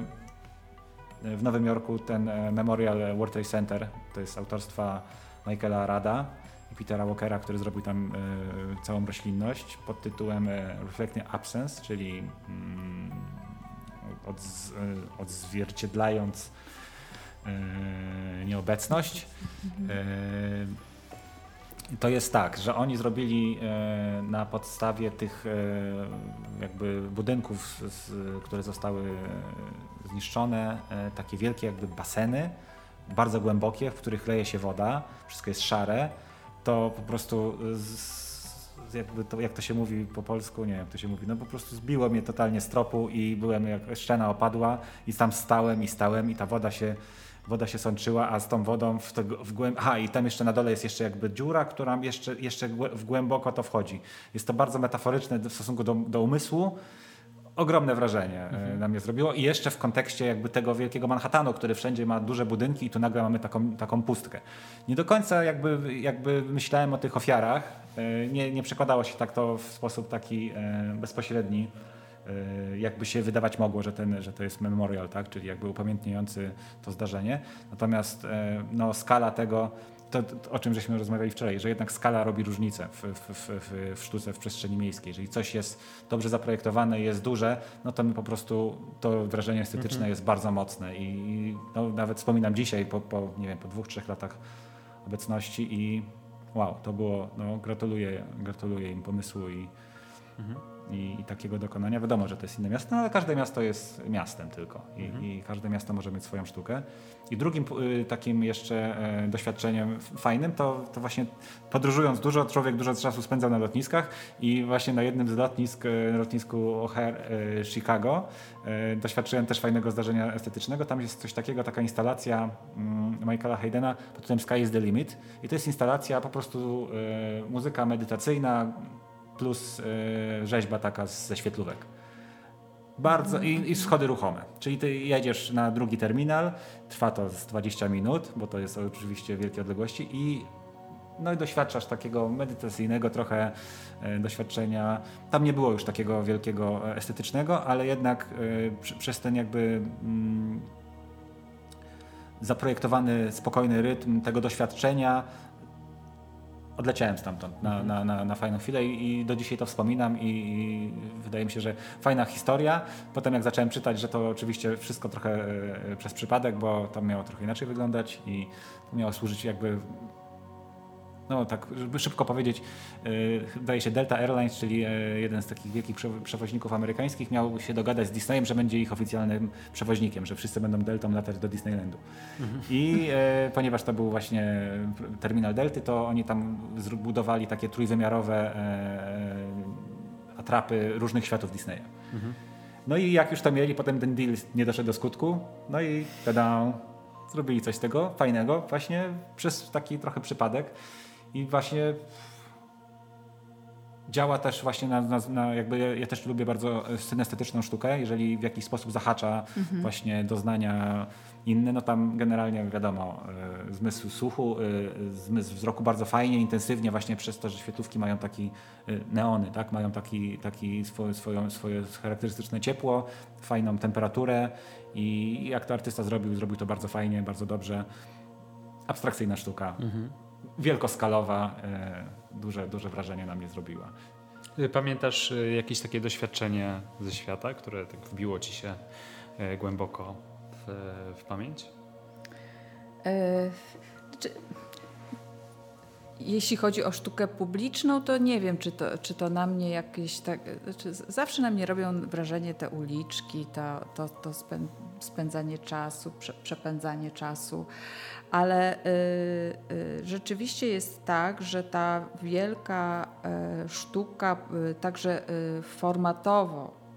A: w Nowym Jorku ten Memorial World Trade Center, to jest autorstwa Michaela Rada i Petera Walkera, który zrobił tam y, całą roślinność pod tytułem y, Reflecting Absence, czyli y, odz, y, odzwierciedlając y, nieobecność. Y, To jest tak, że oni zrobili e, na podstawie tych e, jakby budynków, z, które zostały zniszczone, e, takie wielkie jakby baseny, bardzo głębokie, w których leje się woda, wszystko jest szare, to po prostu z, jakby to, jak to się mówi po polsku, nie wiem jak to się mówi, no po prostu zbiło mnie totalnie z tropu i byłem jak szczena opadła i tam stałem i stałem i ta woda się Woda się sączyła, a z tą wodą w, te, w głęb... Aha, i tam jeszcze na dole jest jeszcze jakby dziura, która jeszcze, jeszcze w głęboko to wchodzi. Jest to bardzo metaforyczne w stosunku do, do umysłu. Ogromne wrażenie mhm. na mnie zrobiło i jeszcze w kontekście jakby tego wielkiego Manhattanu, który wszędzie ma duże budynki i tu nagle mamy taką, taką pustkę. Nie do końca jakby, jakby myślałem o tych ofiarach. Nie, nie przekładało się tak to w sposób taki bezpośredni, jakby się wydawać mogło, że, ten, że to jest memorial, tak? Czyli jakby upamiętniający to zdarzenie. Natomiast no, skala tego, to, to, o czym żeśmy rozmawiali wczoraj, że jednak skala robi różnicę w, w, w, w sztuce, w przestrzeni miejskiej. Jeżeli coś jest dobrze zaprojektowane i jest duże, no to my po prostu to wrażenie estetyczne mhm. jest bardzo mocne i no, nawet wspominam dzisiaj po, po, nie wiem, po dwóch, trzech latach obecności i wow, to było, no gratuluję, gratuluję im pomysłu i mhm. I, i takiego dokonania. Wiadomo, że to jest inne miasto, no, ale każde miasto jest miastem tylko i, mhm. i każde miasto może mieć swoją sztukę. I drugim y, takim jeszcze y, doświadczeniem fajnym to, to właśnie podróżując dużo, człowiek dużo czasu spędzał na lotniskach i właśnie na jednym z lotnisk, y, lotnisku O'Hare y, Chicago y, doświadczyłem też fajnego zdarzenia estetycznego. Tam jest coś takiego, taka instalacja y, Michaela Haydena pod tytułem Sky is the Limit i to jest instalacja po prostu y, muzyka medytacyjna plus y, rzeźba taka ze świetlówek. Bardzo, i, i schody ruchome. Czyli ty jedziesz na drugi terminal, trwa to z dwadzieścia minut, bo to jest oczywiście wielkie odległości i no i doświadczasz takiego medytacyjnego trochę y, doświadczenia. Tam nie było już takiego wielkiego estetycznego, ale jednak y, przy, przez ten jakby y, zaprojektowany spokojny rytm tego doświadczenia odleciałem stamtąd na, na, na, na fajną chwilę i, i do dzisiaj to wspominam i, i wydaje mi się, że fajna historia. Potem jak zacząłem czytać, że to oczywiście wszystko trochę e, przez przypadek, bo tam miało trochę inaczej wyglądać i miało służyć jakby, no tak, żeby szybko powiedzieć, e, wydaje się Delta Airlines, czyli e, jeden z takich wielkich prze, przewoźników amerykańskich, miał się dogadać z Disneyem, że będzie ich oficjalnym przewoźnikiem, że wszyscy będą Deltą latać do Disneylandu. Mhm. I e, ponieważ to był właśnie terminal Delty, to oni tam zbudowali takie trójwymiarowe e, atrapy różnych światów Disneya. Mhm. No i jak już to mieli, potem ten deal nie doszedł do skutku, no i tada, zrobili coś z tego fajnego właśnie przez taki trochę przypadek. I właśnie działa też właśnie na, na, na jakby, ja też lubię bardzo synestetyczną sztukę, jeżeli w jakiś sposób zahacza mhm. właśnie doznania inne, no tam generalnie wiadomo, y, zmysł słuchu, y, zmysł wzroku bardzo fajnie, intensywnie właśnie przez to, że świetlówki mają taki y, neony, tak, mają taki, taki swój, swoją, swoje charakterystyczne ciepło, fajną temperaturę i jak to artysta zrobił, zrobił to bardzo fajnie, bardzo dobrze. Abstrakcyjna sztuka. Mhm. Wielkoskalowa, e, duże, duże wrażenie na mnie zrobiła.
C: Pamiętasz jakieś takie doświadczenie ze świata, które tak wbiło ci się e, głęboko w, w pamięć?
B: E, czy, jeśli chodzi o sztukę publiczną, to nie wiem, czy to, czy to na mnie jakieś tak... Znaczy zawsze na mnie robią wrażenie te uliczki, to, to, to spędzanie czasu, prze, przepędzanie czasu. Ale y, y, rzeczywiście jest tak, że ta wielka y, sztuka, y, także y, formatowo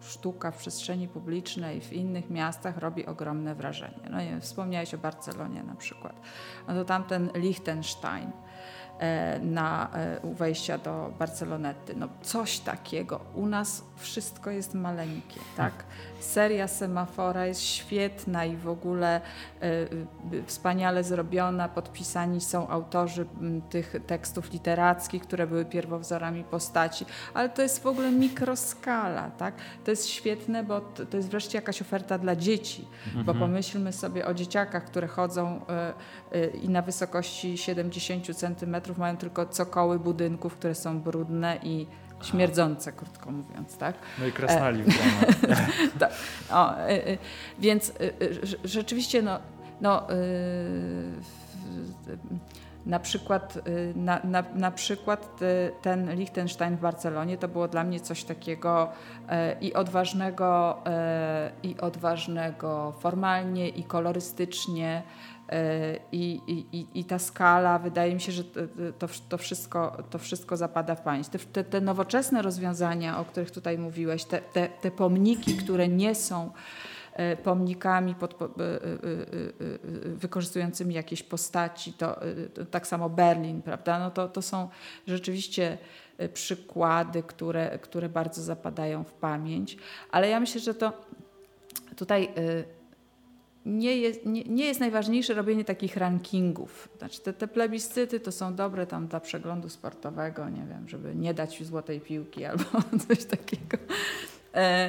B: sztuka w przestrzeni publicznej w innych miastach robi ogromne wrażenie. No nie wiem, wspomniałeś o Barcelonie na przykład. No to tamten Liechtenstein na u wejścia do Barcelonety. No coś takiego. U nas wszystko jest maleńkie, tak? Seria Semafora jest świetna i w ogóle y, wspaniale zrobiona. Podpisani są autorzy m, tych tekstów literackich, które były pierwowzorami postaci, ale to jest w ogóle mikroskala, tak? To jest świetne, bo to, to jest wreszcie jakaś oferta dla dzieci, mhm. bo pomyślmy sobie o dzieciakach, które chodzą y, y, i na wysokości siedemdziesiąt centymetrów mają tylko cokoły budynków, które są brudne i śmierdzące, krótko mówiąc, tak?
C: No i krasnali.
B: tak. O, y, y, więc y, y, rzeczywiście no, no y, y, na przykład, y, na, na, na przykład y, ten Liechtenstein w Barcelonie to było dla mnie coś takiego y, i odważnego, y, i odważnego formalnie i kolorystycznie. I, i, i ta skala, wydaje mi się, że to, to, wszystko, to wszystko zapada w pamięć. Te, te, te nowoczesne rozwiązania, o których tutaj mówiłeś, te, te, te pomniki, które nie są pomnikami pod, wykorzystującymi jakieś postaci, to, to tak samo Berlin, prawda? No to, to są rzeczywiście przykłady, które, które bardzo zapadają w pamięć, ale ja myślę, że to tutaj Nie jest, nie, nie jest najważniejsze robienie takich rankingów. Znaczy te, te plebiscyty to są dobre tam dla przeglądu sportowego, nie wiem, żeby nie dać złotej piłki albo coś takiego. E,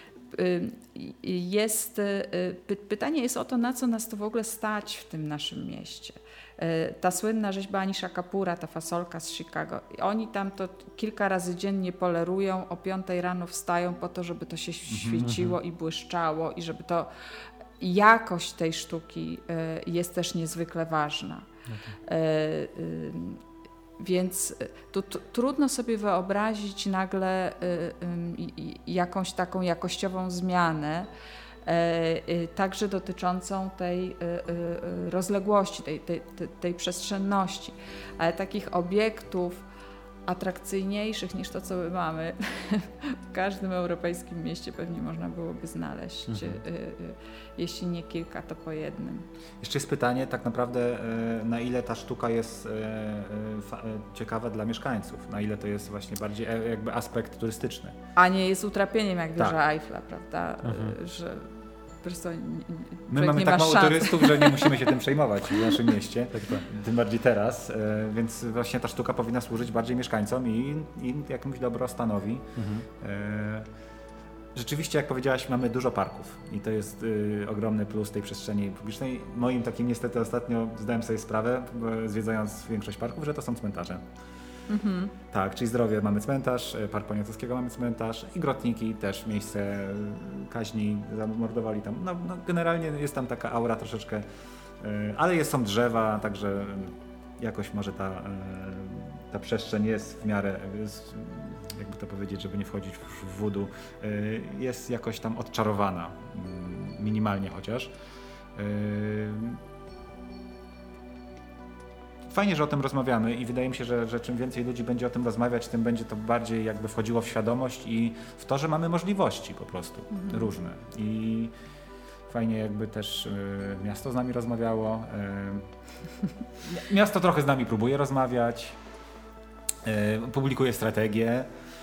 B: jest, pytanie jest o to, na co nas to w ogóle stać w tym naszym mieście. Ta słynna rzeźba Anisha Kapura, ta fasolka z Chicago, oni tam to kilka razy dziennie polerują, o piątej rano wstają po to, żeby to się świeciło i błyszczało i żeby to jakość tej sztuki jest też niezwykle ważna. Okay. Więc tu, tu, trudno sobie wyobrazić nagle jakąś taką jakościową zmianę, także dotyczącą tej rozległości, tej, tej, tej przestrzenności. Ale takich obiektów atrakcyjniejszych niż to, co my mamy w każdym europejskim mieście pewnie można byłoby znaleźć, mhm. y, y, jeśli nie kilka, to po jednym.
A: Jeszcze jest pytanie tak naprawdę, na ile ta sztuka jest ciekawa dla mieszkańców, na ile to jest właśnie bardziej jakby aspekt turystyczny.
B: A nie jest utrapieniem jak wieża
A: tak.
B: Eiffla, prawda, mhm. że po prostu
A: My mamy tak mało szans. turystów, że nie musimy się tym przejmować w naszym mieście, tak, tak. tym bardziej teraz, więc właśnie ta sztuka powinna służyć bardziej mieszkańcom i, i jakimś dobrostanowi. Mhm. Rzeczywiście, jak powiedziałaś, mamy dużo parków i to jest y, ogromny plus tej przestrzeni publicznej. Moim takim niestety ostatnio zdałem sobie sprawę, zwiedzając większość parków, że to są cmentarze. Mhm. Tak, czyli Zdrowie mamy cmentarz, Park Poniatowskiego mamy cmentarz i Grotniki też miejsce kaźni, zamordowali tam. No, no generalnie jest tam taka aura troszeczkę, ale jest, są drzewa, także jakoś może ta, ta przestrzeń jest w miarę, jest, jakby to powiedzieć, żeby nie wchodzić w wudu, jest jakoś tam odczarowana, minimalnie chociaż. Fajnie, że o tym rozmawiamy i wydaje mi się, że, że czym więcej ludzi będzie o tym rozmawiać, tym będzie to bardziej jakby wchodziło w świadomość i w to, że mamy możliwości po prostu mhm. różne. I fajnie jakby też y, miasto z nami rozmawiało. Y, miasto trochę z nami próbuje rozmawiać, y, publikuje strategie.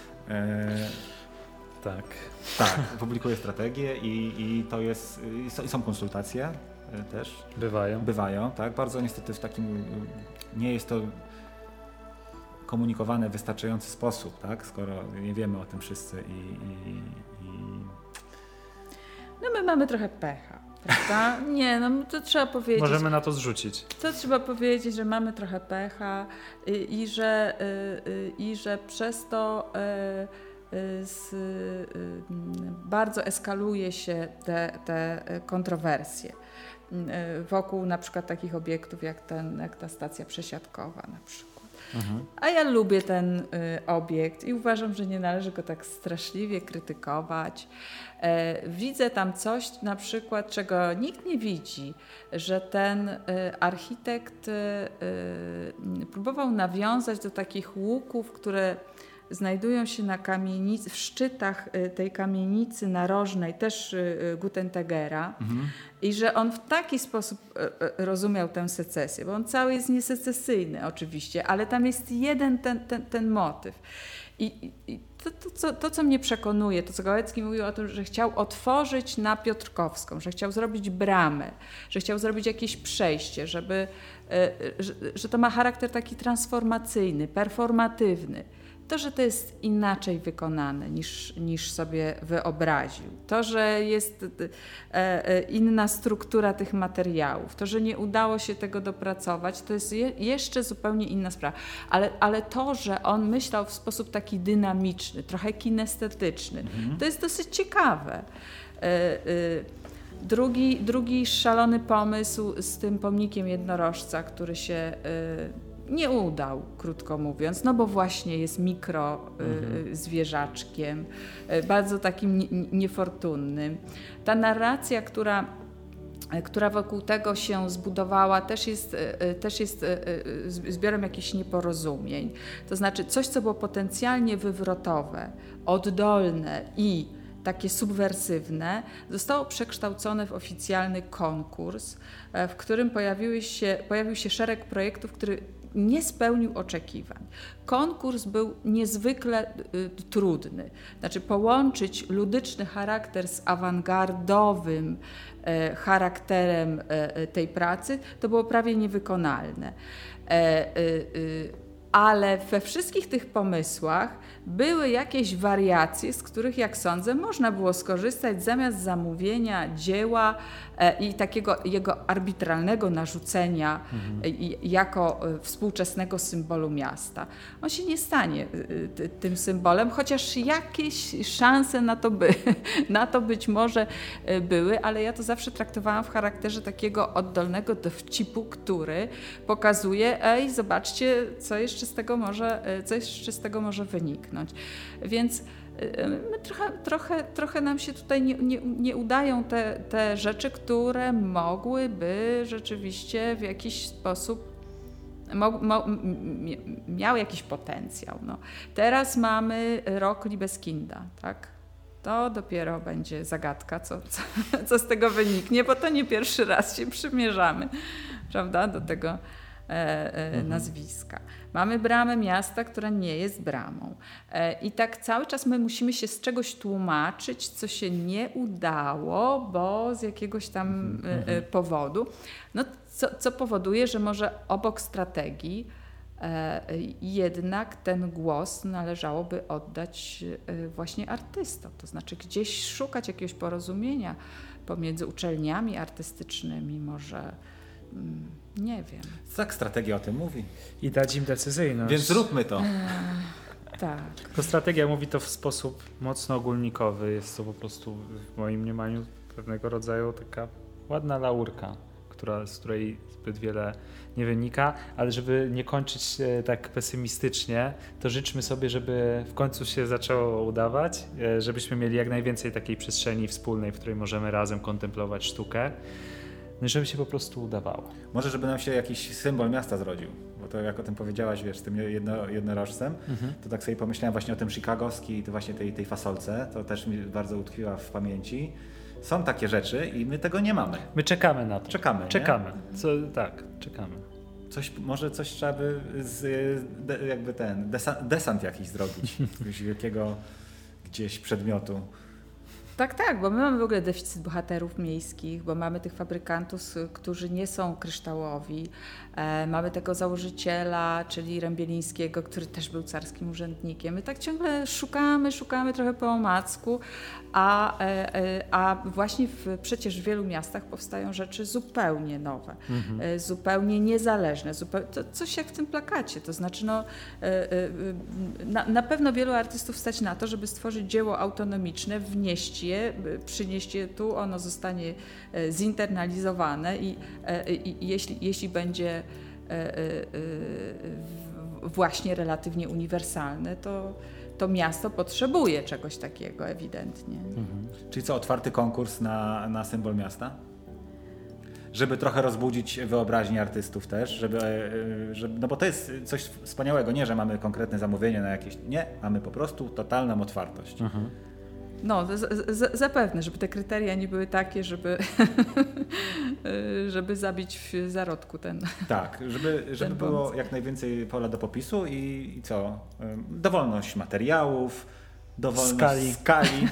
A: Y,
C: tak.
A: Tak, publikuje strategie i, i to jest, i są konsultacje. Też.
C: Bywają.
A: Bywają, tak. Bardzo niestety w takim, nie jest to komunikowane w wystarczający sposób, tak, skoro nie wiemy o tym wszyscy i... i, i...
B: No my mamy trochę pecha, prawda? Nie, no to trzeba powiedzieć.
C: Możemy na to zrzucić.
B: To trzeba powiedzieć, że mamy trochę pecha i, i, że, i, i że przez to z, bardzo eskaluje się te, te kontrowersje wokół na przykład takich obiektów jak, ten, jak ta stacja przesiadkowa na przykład. Mhm. A ja lubię ten y, obiekt i uważam, że nie należy go tak straszliwie krytykować. E, widzę tam coś na przykład, czego nikt nie widzi, że ten y, architekt y, y, próbował nawiązać do takich łuków, które znajdują się na kamienicy, w szczytach tej kamienicy narożnej, też Gutentegera, mhm. i że on w taki sposób rozumiał tę secesję, bo on cały jest niesecesyjny oczywiście, ale tam jest jeden ten, ten, ten motyw. I, i to, to, co, to, co mnie przekonuje, to co Gałecki mówił o tym, że chciał otworzyć na Piotrkowską, że chciał zrobić bramę, że chciał zrobić jakieś przejście, żeby, że, że to ma charakter taki transformacyjny, performatywny. To, że to jest inaczej wykonane niż, niż sobie wyobraził, to, że jest inna struktura tych materiałów, to, że nie udało się tego dopracować, to jest je, jeszcze zupełnie inna sprawa. Ale, ale to, że on myślał w sposób taki dynamiczny, trochę kinestetyczny, mhm. to jest dosyć ciekawe. Drugi, drugi szalony pomysł z tym pomnikiem jednorożca, który się nie udał, krótko mówiąc, no bo właśnie jest mikro mhm. zwierzaczkiem, bardzo takim niefortunnym. Ta narracja, która, która wokół tego się zbudowała, też jest, też jest zbiorem jakichś nieporozumień. To znaczy coś, co było potencjalnie wywrotowe, oddolne i takie subwersywne, zostało przekształcone w oficjalny konkurs, w którym pojawiły się, pojawił się szereg projektów, który nie spełnił oczekiwań. Konkurs był niezwykle y, trudny. Znaczy połączyć ludyczny charakter z awangardowym y, charakterem y, tej pracy, to było prawie niewykonalne. E, y, y, Ale we wszystkich tych pomysłach były jakieś wariacje, z których, jak sądzę, można było skorzystać zamiast zamówienia dzieła e, i takiego jego arbitralnego narzucenia mhm. e, jako e, współczesnego symbolu miasta. On się nie stanie e, tym symbolem, chociaż jakieś szanse na to, by, na to być może e, były, ale ja to zawsze traktowałam w charakterze takiego oddolnego dowcipu, który pokazuje, ej, zobaczcie, co jeszcze z tego może, co jeszcze z tego może wyniknąć. Więc my trochę, trochę, trochę nam się tutaj nie, nie, nie udają te, te rzeczy, które mogłyby rzeczywiście w jakiś sposób mo, mo, miały jakiś potencjał. No. Teraz mamy rok Libeskinda, tak? To dopiero będzie zagadka, co, co, co z tego wyniknie, bo to nie pierwszy raz się przymierzamy, prawda, do tego E, e, mhm. nazwiska. Mamy bramę miasta, która nie jest bramą. E, I tak cały czas my musimy się z czegoś tłumaczyć, co się nie udało, bo z jakiegoś tam mhm. e, powodu. No, co, co powoduje, że może obok strategii e, jednak ten głos należałoby oddać e, właśnie artystom. To znaczy gdzieś szukać jakiegoś porozumienia pomiędzy uczelniami artystycznymi, może nie wiem.
A: Tak, strategia o tym mówi.
C: I dać im decyzyjność.
A: Więc zróbmy to.
B: Eee, tak.
C: To strategia mówi to w sposób mocno ogólnikowy. Jest to po prostu w moim mniemaniu pewnego rodzaju taka ładna laurka, która, z której zbyt wiele nie wynika, ale żeby nie kończyć tak pesymistycznie, to życzmy sobie, żeby w końcu się zaczęło udawać, żebyśmy mieli jak najwięcej takiej przestrzeni wspólnej, w której możemy razem kontemplować sztukę. No i żeby się po prostu udawało.
A: Może żeby nam się jakiś symbol miasta zrodził, bo to jak o tym powiedziałaś, wiesz, z tym jedno, jednorożcem, mhm. to tak sobie pomyślałem właśnie o tym chicagowski i właśnie tej, tej fasolce, to też mi bardzo utkwiła w pamięci. Są takie rzeczy i my tego nie mamy.
C: My czekamy na to.
A: Czekamy,
C: Czekamy. Co, tak, czekamy.
A: Coś, może coś trzeba by z, de, jakby ten desant, desant jakiś zrobić, jakiegoś wielkiego gdzieś przedmiotu.
B: Tak, tak, bo my mamy w ogóle deficyt bohaterów miejskich, bo mamy tych fabrykantów, którzy nie są kryształowi. E, mamy tego założyciela, czyli Rębielińskiego, który też był carskim urzędnikiem. My tak ciągle szukamy, szukamy trochę po omacku, a, e, a właśnie w, przecież w wielu miastach powstają rzeczy zupełnie nowe, mhm. e, zupełnie niezależne, zupełnie, to coś jak w tym plakacie. To znaczy, no, e, e, na, na pewno wielu artystów stać na to, żeby stworzyć dzieło autonomiczne, wnieść je, przynieść je tu, ono zostanie zinternalizowane i, i, i jeśli, jeśli będzie właśnie relatywnie uniwersalne, to, to miasto potrzebuje czegoś takiego ewidentnie.
A: Mhm. Czyli co, otwarty konkurs na, na symbol miasta? żeby trochę rozbudzić wyobraźnię artystów też, żeby, żeby, no bo to jest coś wspaniałego, nie, że mamy konkretne zamówienie na jakieś, nie, mamy po prostu totalną otwartość.
C: Mhm.
B: No, z, z, zapewne, żeby te kryteria nie były takie, żeby, żeby zabić w zarodku ten.
A: Tak, żeby, żeby było jak najwięcej pola do popisu i, i co? Dowolność materiałów, dowolność skali. skali.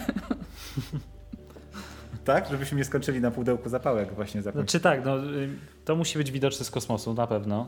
A: Tak? Żebyśmy nie skończyli na pudełku zapałek właśnie.
C: Znaczy czy tak, no, to musi być widoczne z kosmosu, na pewno.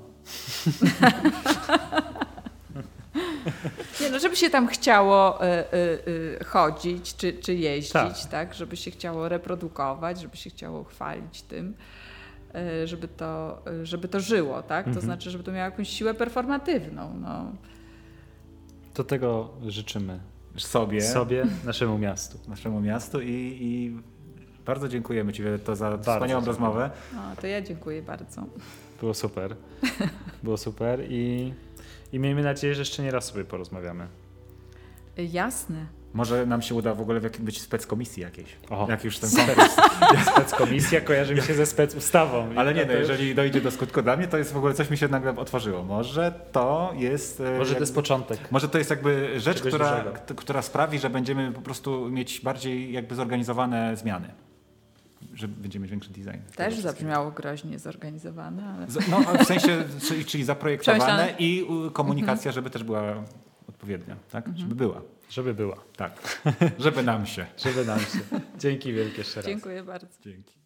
B: Nie, no, żeby się tam chciało y, y, y, chodzić czy, czy jeździć, tak. tak? Żeby się chciało reprodukować, żeby się chciało chwalić tym, y, żeby, to, y, żeby to żyło, tak? Mhm. To znaczy, żeby to miało jakąś siłę performatywną. No.
C: To tego życzymy
A: sobie,
C: sobie naszemu miastu.
A: Naszemu miastu i, i bardzo dziękujemy Ci Violetto za bardzo wspaniałą dziękuję. rozmowę.
B: No, to ja dziękuję bardzo.
C: Było super. Było super i... I miejmy nadzieję, że jeszcze nie raz sobie porozmawiamy.
B: Jasne.
A: Może nam się uda w ogóle być speckomisji jakiejś.
C: O,
A: jak już ten
C: konkurs. Speckomisja kojarzy mi się ze specustawą.
A: Ale nie, no, jeżeli dojdzie do skutku dla mnie, to jest w ogóle coś mi się nagle otworzyło. Może to jest...
C: Może jakby, to jest początek.
A: Może to jest jakby rzecz, która, która sprawi, że będziemy po prostu mieć bardziej jakby zorganizowane zmiany. Że będziemy mieć większy design.
B: Też zabrzmiało groźnie zorganizowane. Ale...
A: No w sensie, czyli, czyli zaprojektowane i komunikacja, żeby też była odpowiednia, tak? Mhm. Żeby była.
C: Żeby była.
A: Tak. Żeby nam się.
C: Żeby nam się. Dzięki wielkie jeszcze raz.
B: Dziękuję bardzo.
A: Dzięki.